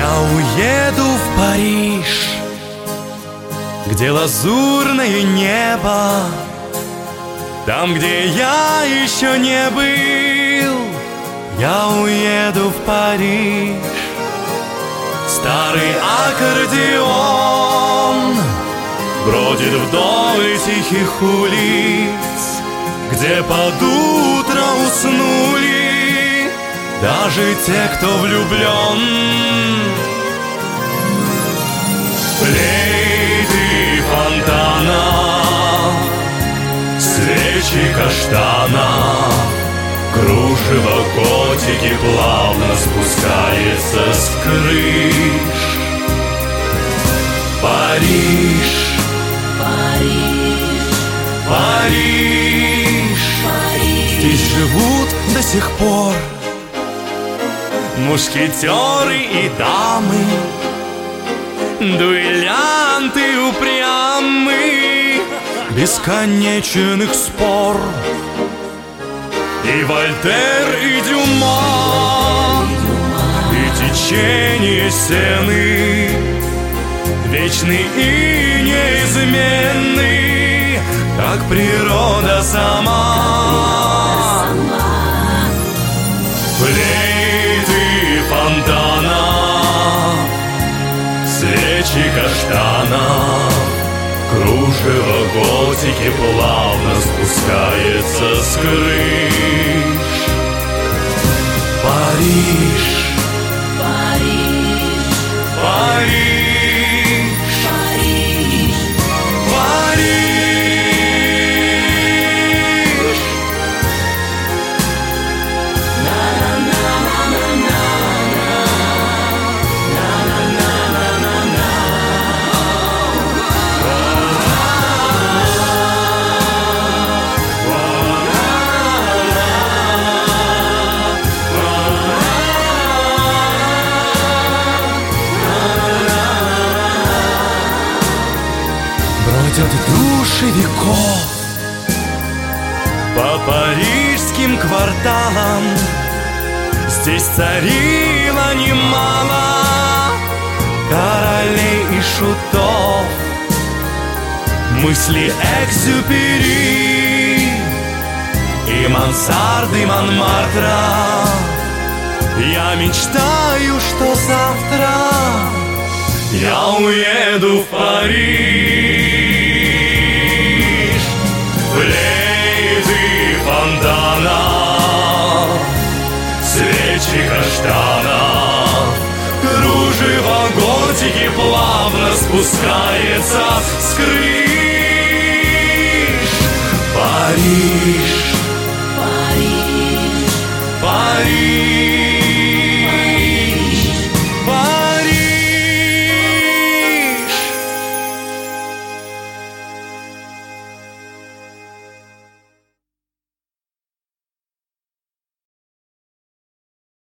Я уеду в Париж, где лазурное небо, там, где я еще не был. Я уеду в Париж. Старый аккордеон бродит вдоль тихих улиц, где под утро уснули даже те, кто влюблен. Флейты фонтана, свечи каштана, кружево котики плавно спускается с крыш. Париж, Париж, Париж, Париж. Здесь живут до сих пор мушкетеры и дамы, дуэлянты упрямы, бесконечных спор. И Вольтер, и Дюма, и течение Сены, вечный и неизменный, как природа сама. Флейты фонтана, свечи каштана, кружево готики плавно спускается с крыш. Париж, Париж, Париж, Париж. Париж. Бродят души веков по парижским кварталам. Здесь царило немало королей и шутов. Мысли Экзюпери и мансарды Монмартра. Я мечтаю, что завтра я уеду в Париж. Флейты фонтана, свечи каштана, кружево готики плавно спускается с крыш. Париж,